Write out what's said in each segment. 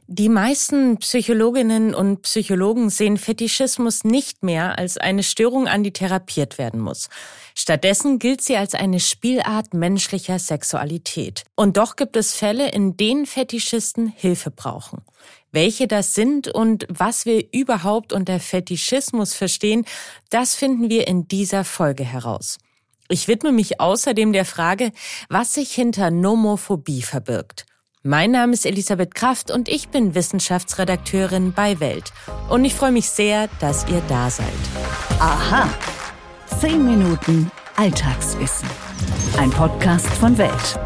Die meisten Psychologinnen und Psychologen sehen Fetischismus nicht mehr als eine Störung an, die therapiert werden muss. Stattdessen gilt sie als eine Spielart menschlicher Sexualität. Und doch gibt es Fälle, in denen Fetischisten Hilfe brauchen. Welche das sind und was wir überhaupt unter Fetischismus verstehen, das finden wir in dieser Folge heraus. Ich widme mich außerdem der Frage, was sich hinter Nomophobie verbirgt. Mein Name ist Elisabeth Kraft und ich bin Wissenschaftsredakteurin bei Welt. Und ich freue mich sehr, dass ihr da seid. Aha! 10 Minuten Alltagswissen. Ein Podcast von Welt.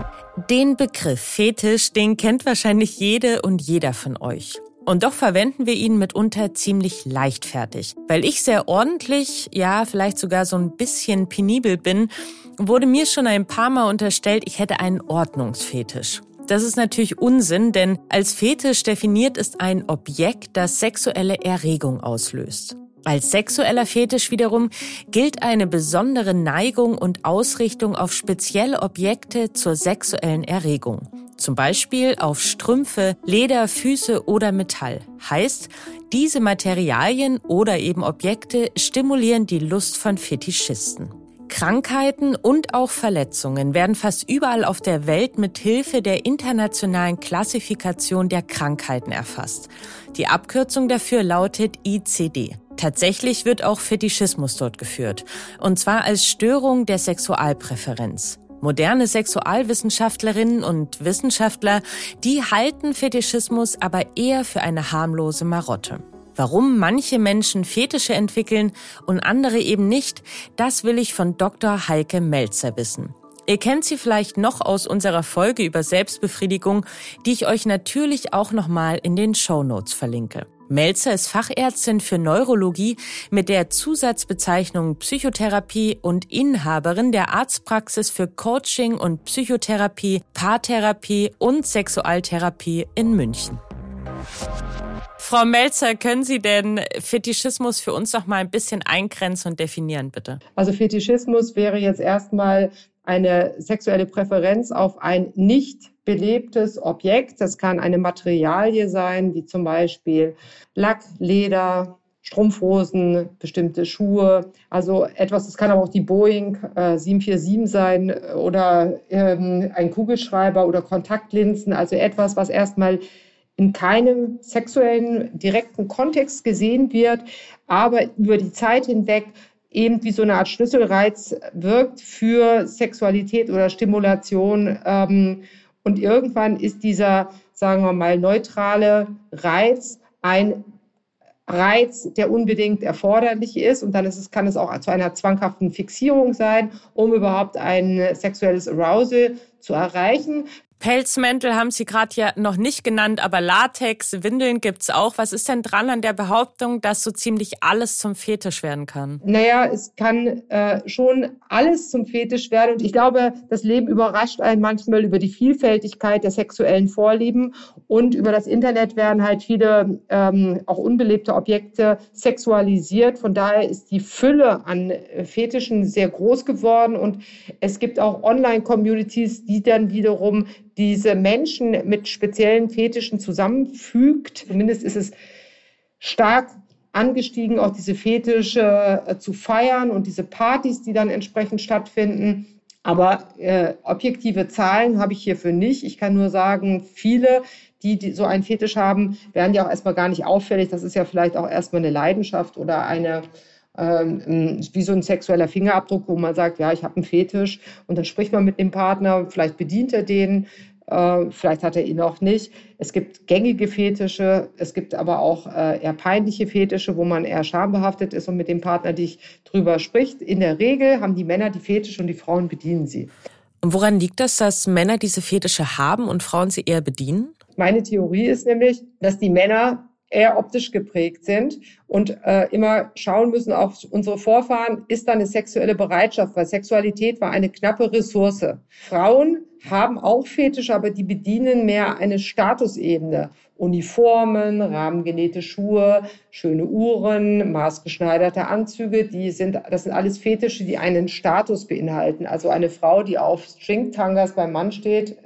Den Begriff Fetisch, den kennt wahrscheinlich jede und jeder von euch. Und doch verwenden wir ihn mitunter ziemlich leichtfertig. Weil ich sehr ordentlich, ja vielleicht sogar so ein bisschen penibel bin, wurde mir schon ein paar Mal unterstellt, ich hätte einen Ordnungsfetisch. Das ist natürlich Unsinn, denn als Fetisch definiert ist ein Objekt, das sexuelle Erregung auslöst. Als sexueller Fetisch wiederum gilt eine besondere Neigung und Ausrichtung auf spezielle Objekte zur sexuellen Erregung. Zum Beispiel auf Strümpfe, Leder, Füße oder Metall. Heißt, diese Materialien oder eben Objekte stimulieren die Lust von Fetischisten. Krankheiten und auch Verletzungen werden fast überall auf der Welt mit Hilfe der internationalen Klassifikation der Krankheiten erfasst. Die Abkürzung dafür lautet ICD. Tatsächlich wird auch Fetischismus dort geführt, und zwar als Störung der Sexualpräferenz. Moderne Sexualwissenschaftlerinnen und Wissenschaftler, die halten Fetischismus aber eher für eine harmlose Marotte. Warum manche Menschen Fetische entwickeln und andere eben nicht, das will ich von Dr. Heike Melzer wissen. Ihr kennt sie vielleicht noch aus unserer Folge über Selbstbefriedigung, die ich euch natürlich auch nochmal in den Shownotes verlinke. Melzer ist Fachärztin für Neurologie mit der Zusatzbezeichnung Psychotherapie und Inhaberin der Arztpraxis für Coaching und Psychotherapie, Paartherapie und Sexualtherapie in München. Frau Melzer, können Sie denn Fetischismus für uns noch mal ein bisschen eingrenzen und definieren, bitte? Also Fetischismus wäre jetzt erstmal eine sexuelle Präferenz auf ein nicht belebtes Objekt. Das kann eine Materialie sein, wie zum Beispiel Lack, Leder, Strumpfhosen, bestimmte Schuhe. Also etwas, das kann aber auch die Boeing 747 sein oder ein Kugelschreiber oder Kontaktlinsen. Also etwas, was erstmal in keinem sexuellen direkten Kontext gesehen wird, aber über die Zeit hinweg eben wie so eine Art Schlüsselreiz wirkt für Sexualität oder Stimulation. Und irgendwann ist dieser, sagen wir mal, neutrale Reiz ein Reiz, der unbedingt erforderlich ist. Und dann kann es auch zu einer zwanghaften Fixierung sein, um überhaupt ein sexuelles Arousal zu erreichen. Pelzmäntel haben Sie gerade ja noch nicht genannt, aber Latex, Windeln gibt's auch. Was ist denn dran an der Behauptung, dass so ziemlich alles zum Fetisch werden kann? Naja, es kann schon alles zum Fetisch werden. Und ich glaube, das Leben überrascht einen manchmal über die Vielfältigkeit der sexuellen Vorlieben. Und über das Internet werden halt viele auch unbelebte Objekte sexualisiert. Von daher ist die Fülle an Fetischen sehr groß geworden. Und es gibt auch Online-Communities, die dann wiederum diese Menschen mit speziellen Fetischen zusammenfügt. Zumindest ist es stark angestiegen, auch diese Fetische zu feiern und diese Partys, die dann entsprechend stattfinden. Aber objektive Zahlen habe ich hierfür nicht. Ich kann nur sagen, viele, die so einen Fetisch haben, werden ja auch erstmal gar nicht auffällig. Das ist ja vielleicht auch erstmal eine Leidenschaft oder eine wie so ein sexueller Fingerabdruck, wo man sagt, ja, ich habe einen Fetisch, und dann spricht man mit dem Partner, vielleicht bedient er den, vielleicht hat er ihn auch nicht. Es gibt gängige Fetische, es gibt aber auch eher peinliche Fetische, wo man eher schambehaftet ist und mit dem Partner nicht drüber spricht. In der Regel haben die Männer die Fetische und die Frauen bedienen sie. Und woran liegt das, dass Männer diese Fetische haben und Frauen sie eher bedienen? Meine Theorie ist nämlich, dass die Männer eher optisch geprägt sind und immer schauen müssen auf unsere Vorfahren, ist da eine sexuelle Bereitschaft, weil Sexualität war eine knappe Ressource. Frauen haben auch Fetische, aber die bedienen mehr eine Statusebene. Uniformen, rahmengenähte Schuhe, schöne Uhren, maßgeschneiderte Anzüge, das sind alles Fetische, die einen Status beinhalten. Also eine Frau, die auf Stringtangas beim Mann steht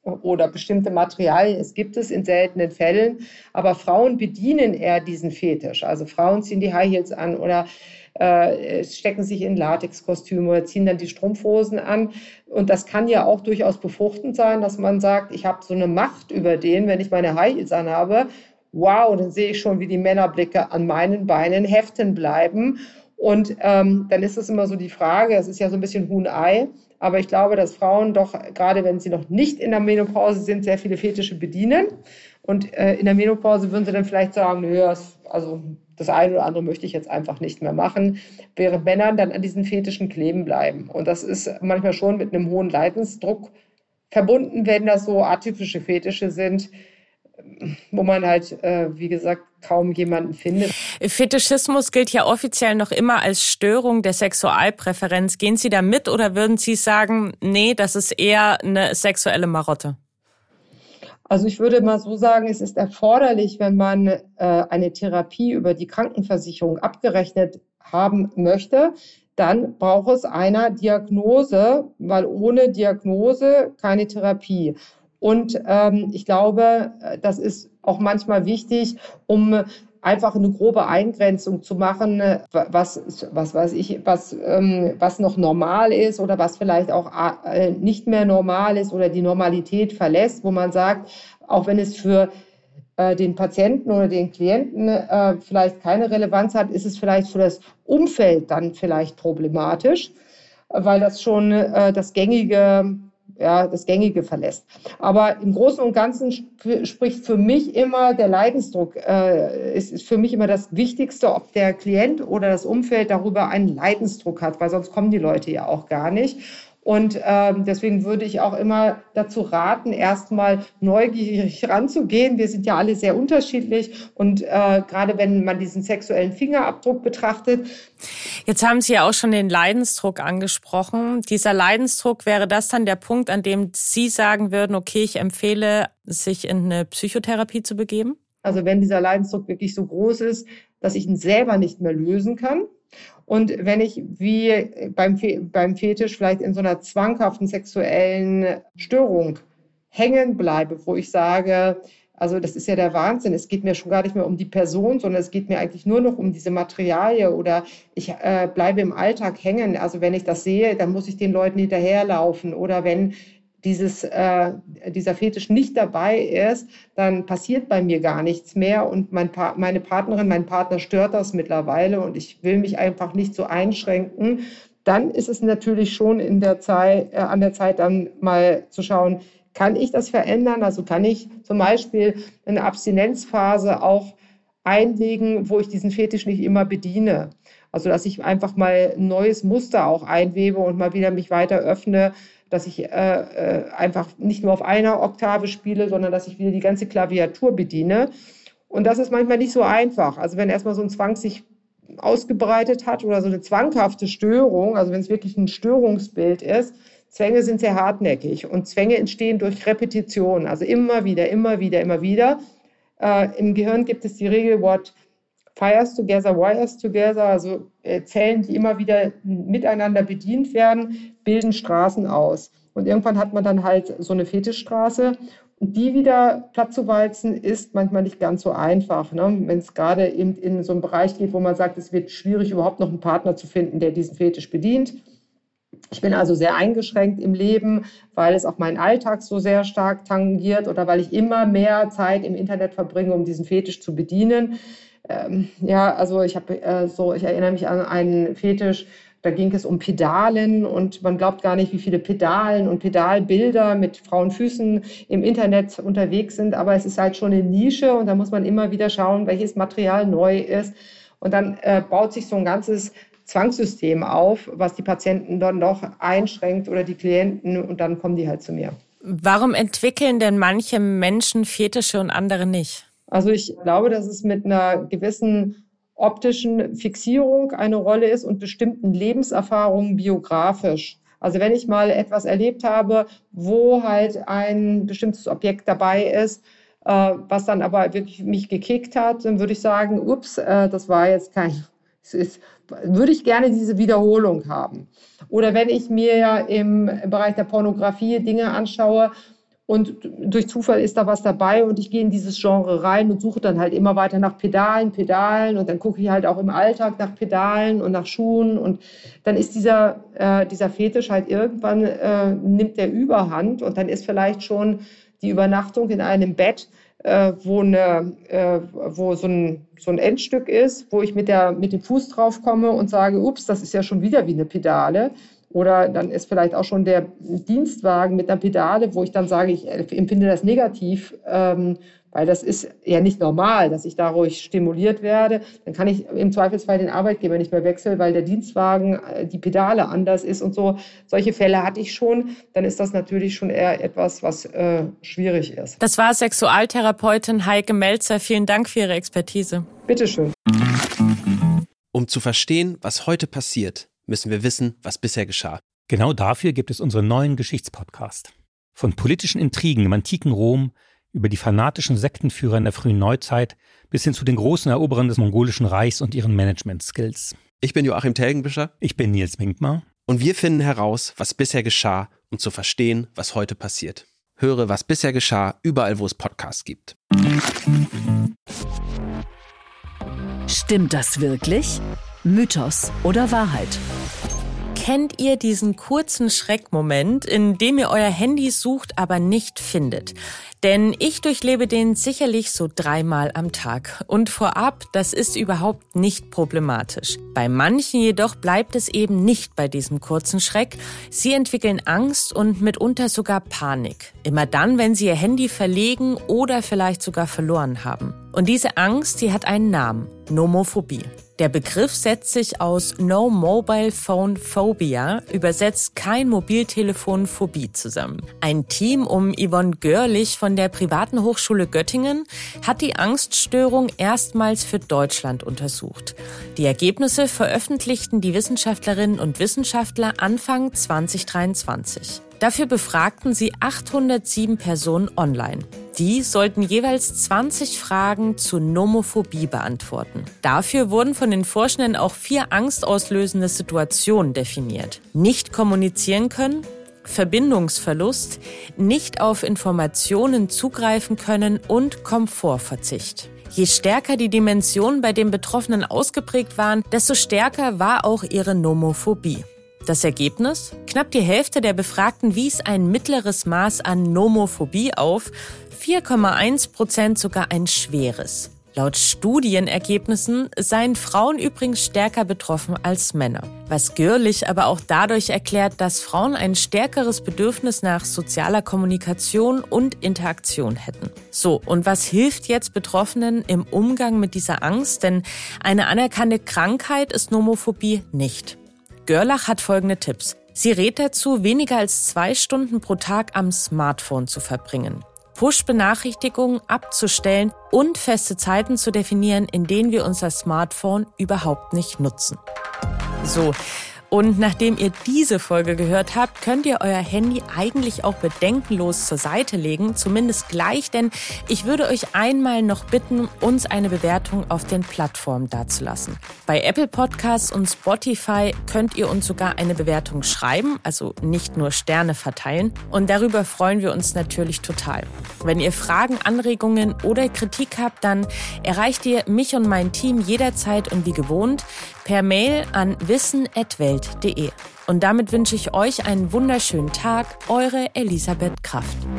oder bestimmte Materialien. Es gibt es in seltenen Fällen, aber Frauen bedienen eher diesen Fetisch. Also Frauen ziehen die High Heels an oder stecken sich in Latexkostüme oder ziehen dann die Strumpfhosen an. Und das kann ja auch durchaus befruchtend sein, dass man sagt, ich habe so eine Macht über den, wenn ich meine High Heels anhabe. Wow, dann sehe ich schon, wie die Männerblicke an meinen Beinen heften bleiben. Und dann ist es immer so die Frage, es ist ja so ein bisschen Huhn-Ei, aber ich glaube, dass Frauen doch, gerade wenn sie noch nicht in der Menopause sind, sehr viele Fetische bedienen. Und in der Menopause würden sie dann vielleicht sagen, nö, also das eine oder andere möchte ich jetzt einfach nicht mehr machen, während Männern dann an diesen Fetischen kleben bleiben. Und das ist manchmal schon mit einem hohen Leidensdruck verbunden, wenn das so atypische Fetische sind, wo man halt, wie gesagt, kaum jemanden findet. Fetischismus gilt ja offiziell noch immer als Störung der Sexualpräferenz. Gehen Sie da mit oder würden Sie sagen, nee, das ist eher eine sexuelle Marotte? Also ich würde mal so sagen, es ist erforderlich, wenn man eine Therapie über die Krankenversicherung abgerechnet haben möchte, dann braucht es eine Diagnose, weil ohne Diagnose keine Therapie. Und ich glaube, das ist auch manchmal wichtig, um einfach eine grobe Eingrenzung zu machen, was noch normal ist oder was vielleicht auch nicht mehr normal ist oder die Normalität verlässt, wo man sagt, auch wenn es für den Patienten oder den Klienten vielleicht keine Relevanz hat, ist es vielleicht für das Umfeld dann vielleicht problematisch, weil das schon das Gängige verlässt. Aber im Großen und Ganzen spricht für mich immer der Leidensdruck, ist für mich immer das Wichtigste, ob der Klient oder das Umfeld darüber einen Leidensdruck hat, weil sonst kommen die Leute ja auch gar nicht. Und deswegen würde ich auch immer dazu raten, erstmal neugierig ranzugehen. Wir sind ja alle sehr unterschiedlich und gerade wenn man diesen sexuellen Fingerabdruck betrachtet. Jetzt haben Sie ja auch schon den Leidensdruck angesprochen. Dieser Leidensdruck, wäre das dann der Punkt, an dem Sie sagen würden, okay, ich empfehle, sich in eine Psychotherapie zu begeben? Also wenn dieser Leidensdruck wirklich so groß ist, dass ich ihn selber nicht mehr lösen kann. Und wenn ich wie beim Fetisch vielleicht in so einer zwanghaften sexuellen Störung hängen bleibe, wo ich sage, also das ist ja der Wahnsinn, es geht mir schon gar nicht mehr um die Person, sondern es geht mir eigentlich nur noch um diese Materialie oder ich bleibe im Alltag hängen. Also wenn ich das sehe, dann muss ich den Leuten hinterherlaufen oder wenn dieser Fetisch nicht dabei ist, dann passiert bei mir gar nichts mehr und meine Partnerin, mein Partner stört das mittlerweile und ich will mich einfach nicht so einschränken, dann ist es natürlich schon an der Zeit dann mal zu schauen, kann ich das verändern? Also kann ich zum Beispiel eine Abstinenzphase auch einlegen, wo ich diesen Fetisch nicht immer bediene. Also dass ich einfach mal ein neues Muster auch einwebe und mal wieder mich weiter öffne, dass ich einfach nicht nur auf einer Oktave spiele, sondern dass ich wieder die ganze Klaviatur bediene. Und das ist manchmal nicht so einfach. Also wenn erstmal so ein Zwang sich ausgebreitet hat oder so eine zwanghafte Störung, also wenn es wirklich ein Störungsbild ist, Zwänge sind sehr hartnäckig und Zwänge entstehen durch Repetition, also immer wieder, immer wieder, immer wieder. Im Gehirn gibt es die Regel, what fires together, wires together, also Zellen, die immer wieder miteinander bedient werden, bilden Straßen aus. Und irgendwann hat man dann halt so eine Fetischstraße. Und die wieder platt zu walzen, ist manchmal nicht ganz so einfach, ne? Wenn es gerade eben in so einen Bereich geht, wo man sagt, es wird schwierig, überhaupt noch einen Partner zu finden, der diesen Fetisch bedient. Ich bin also sehr eingeschränkt im Leben, weil es auch meinen Alltag so sehr stark tangiert oder weil ich immer mehr Zeit im Internet verbringe, um diesen Fetisch zu bedienen. Also ich erinnere mich an einen Fetisch, da ging es um Pedalen und man glaubt gar nicht, wie viele Pedalen und Pedalbilder mit Frauenfüßen im Internet unterwegs sind, aber es ist halt schon eine Nische und da muss man immer wieder schauen, welches Material neu ist und dann baut sich so ein ganzes Zwangssystem auf, was die Patienten dann noch einschränkt oder die Klienten und dann kommen die halt zu mir. Warum entwickeln denn manche Menschen Fetische und andere nicht? Also ich glaube, dass es mit einer gewissen optischen Fixierung eine Rolle ist und bestimmten Lebenserfahrungen biografisch. Also wenn ich mal etwas erlebt habe, wo halt ein bestimmtes Objekt dabei ist, was dann aber wirklich mich gekickt hat, dann würde ich sagen, das war jetzt würde ich gerne diese Wiederholung haben. Oder wenn ich mir ja im Bereich der Pornografie Dinge anschaue, und durch Zufall ist da was dabei und ich gehe in dieses Genre rein und suche dann halt immer weiter nach Pedalen und dann gucke ich halt auch im Alltag nach Pedalen und nach Schuhen und dann ist dieser Fetisch halt irgendwann, nimmt der Überhand und dann ist vielleicht schon die Übernachtung in einem Bett, wo so ein Endstück ist, wo ich mit dem Fuß drauf komme und sage, ups, das ist ja schon wieder wie eine Pedale. Oder dann ist vielleicht auch schon der Dienstwagen mit einer Pedale, wo ich dann sage, ich empfinde das negativ, weil das ist ja nicht normal, dass ich dadurch stimuliert werde. Dann kann ich im Zweifelsfall den Arbeitgeber nicht mehr wechseln, weil der Dienstwagen, die Pedale anders ist und so. Solche Fälle hatte ich schon. Dann ist das natürlich schon eher etwas, was schwierig ist. Das war Sexualtherapeutin Heike Melzer. Vielen Dank für Ihre Expertise. Bitteschön. Um zu verstehen, was heute passiert, müssen wir wissen, was bisher geschah. Genau dafür gibt es unseren neuen Geschichtspodcast. Von politischen Intrigen im antiken Rom über die fanatischen Sektenführer in der frühen Neuzeit bis hin zu den großen Eroberern des mongolischen Reichs und ihren Management-Skills. Ich bin Joachim Telgenbischer. Ich bin Nils Winkmar. Und wir finden heraus, was bisher geschah, um zu verstehen, was heute passiert. Höre, was bisher geschah, überall, wo es Podcasts gibt. Stimmt das wirklich? Mythos oder Wahrheit? Kennt ihr diesen kurzen Schreckmoment, in dem ihr euer Handy sucht, aber nicht findet? Denn ich durchlebe den sicherlich so 3-mal am Tag. Und vorab, das ist überhaupt nicht problematisch. Bei manchen jedoch bleibt es eben nicht bei diesem kurzen Schreck. Sie entwickeln Angst und mitunter sogar Panik. Immer dann, wenn sie ihr Handy verlegen oder vielleicht sogar verloren haben. Und diese Angst, die hat einen Namen: Nomophobie. Der Begriff setzt sich aus No Mobile Phone Phobia, übersetzt kein Mobiltelefon-Phobie, zusammen. Ein Team um Yvonne Görlich von der Privaten Hochschule Göttingen hat die Angststörung erstmals für Deutschland untersucht. Die Ergebnisse veröffentlichten die Wissenschaftlerinnen und Wissenschaftler Anfang 2023. Dafür befragten sie 807 Personen online. Die sollten jeweils 20 Fragen zur Nomophobie beantworten. Dafür wurden von den Forschenden auch 4 angstauslösende Situationen definiert. Nicht kommunizieren können, Verbindungsverlust, nicht auf Informationen zugreifen können und Komfortverzicht. Je stärker die Dimensionen bei den Betroffenen ausgeprägt waren, desto stärker war auch ihre Nomophobie. Das Ergebnis? Knapp die Hälfte der Befragten wies ein mittleres Maß an Nomophobie auf, 4,1% sogar ein schweres. Laut Studienergebnissen seien Frauen übrigens stärker betroffen als Männer. Was Görlich aber auch dadurch erklärt, dass Frauen ein stärkeres Bedürfnis nach sozialer Kommunikation und Interaktion hätten. So, und was hilft jetzt Betroffenen im Umgang mit dieser Angst? Denn eine anerkannte Krankheit ist Nomophobie nicht. Görlach hat folgende Tipps. Sie rät dazu, weniger als 2 Stunden pro Tag am Smartphone zu verbringen, Push-Benachrichtigungen abzustellen und feste Zeiten zu definieren, in denen wir unser Smartphone überhaupt nicht nutzen. So, und nachdem ihr diese Folge gehört habt, könnt ihr euer Handy eigentlich auch bedenkenlos zur Seite legen, zumindest gleich, denn ich würde euch einmal noch bitten, uns eine Bewertung auf den Plattformen dazulassen. Bei Apple Podcasts und Spotify könnt ihr uns sogar eine Bewertung schreiben, also nicht nur Sterne verteilen, und darüber freuen wir uns natürlich total. Wenn ihr Fragen, Anregungen oder Kritik habt, dann erreicht ihr mich und mein Team jederzeit und wie gewohnt per Mail an wissen@welt.de. Und damit wünsche ich euch einen wunderschönen Tag. Eure Elisabeth Kraft.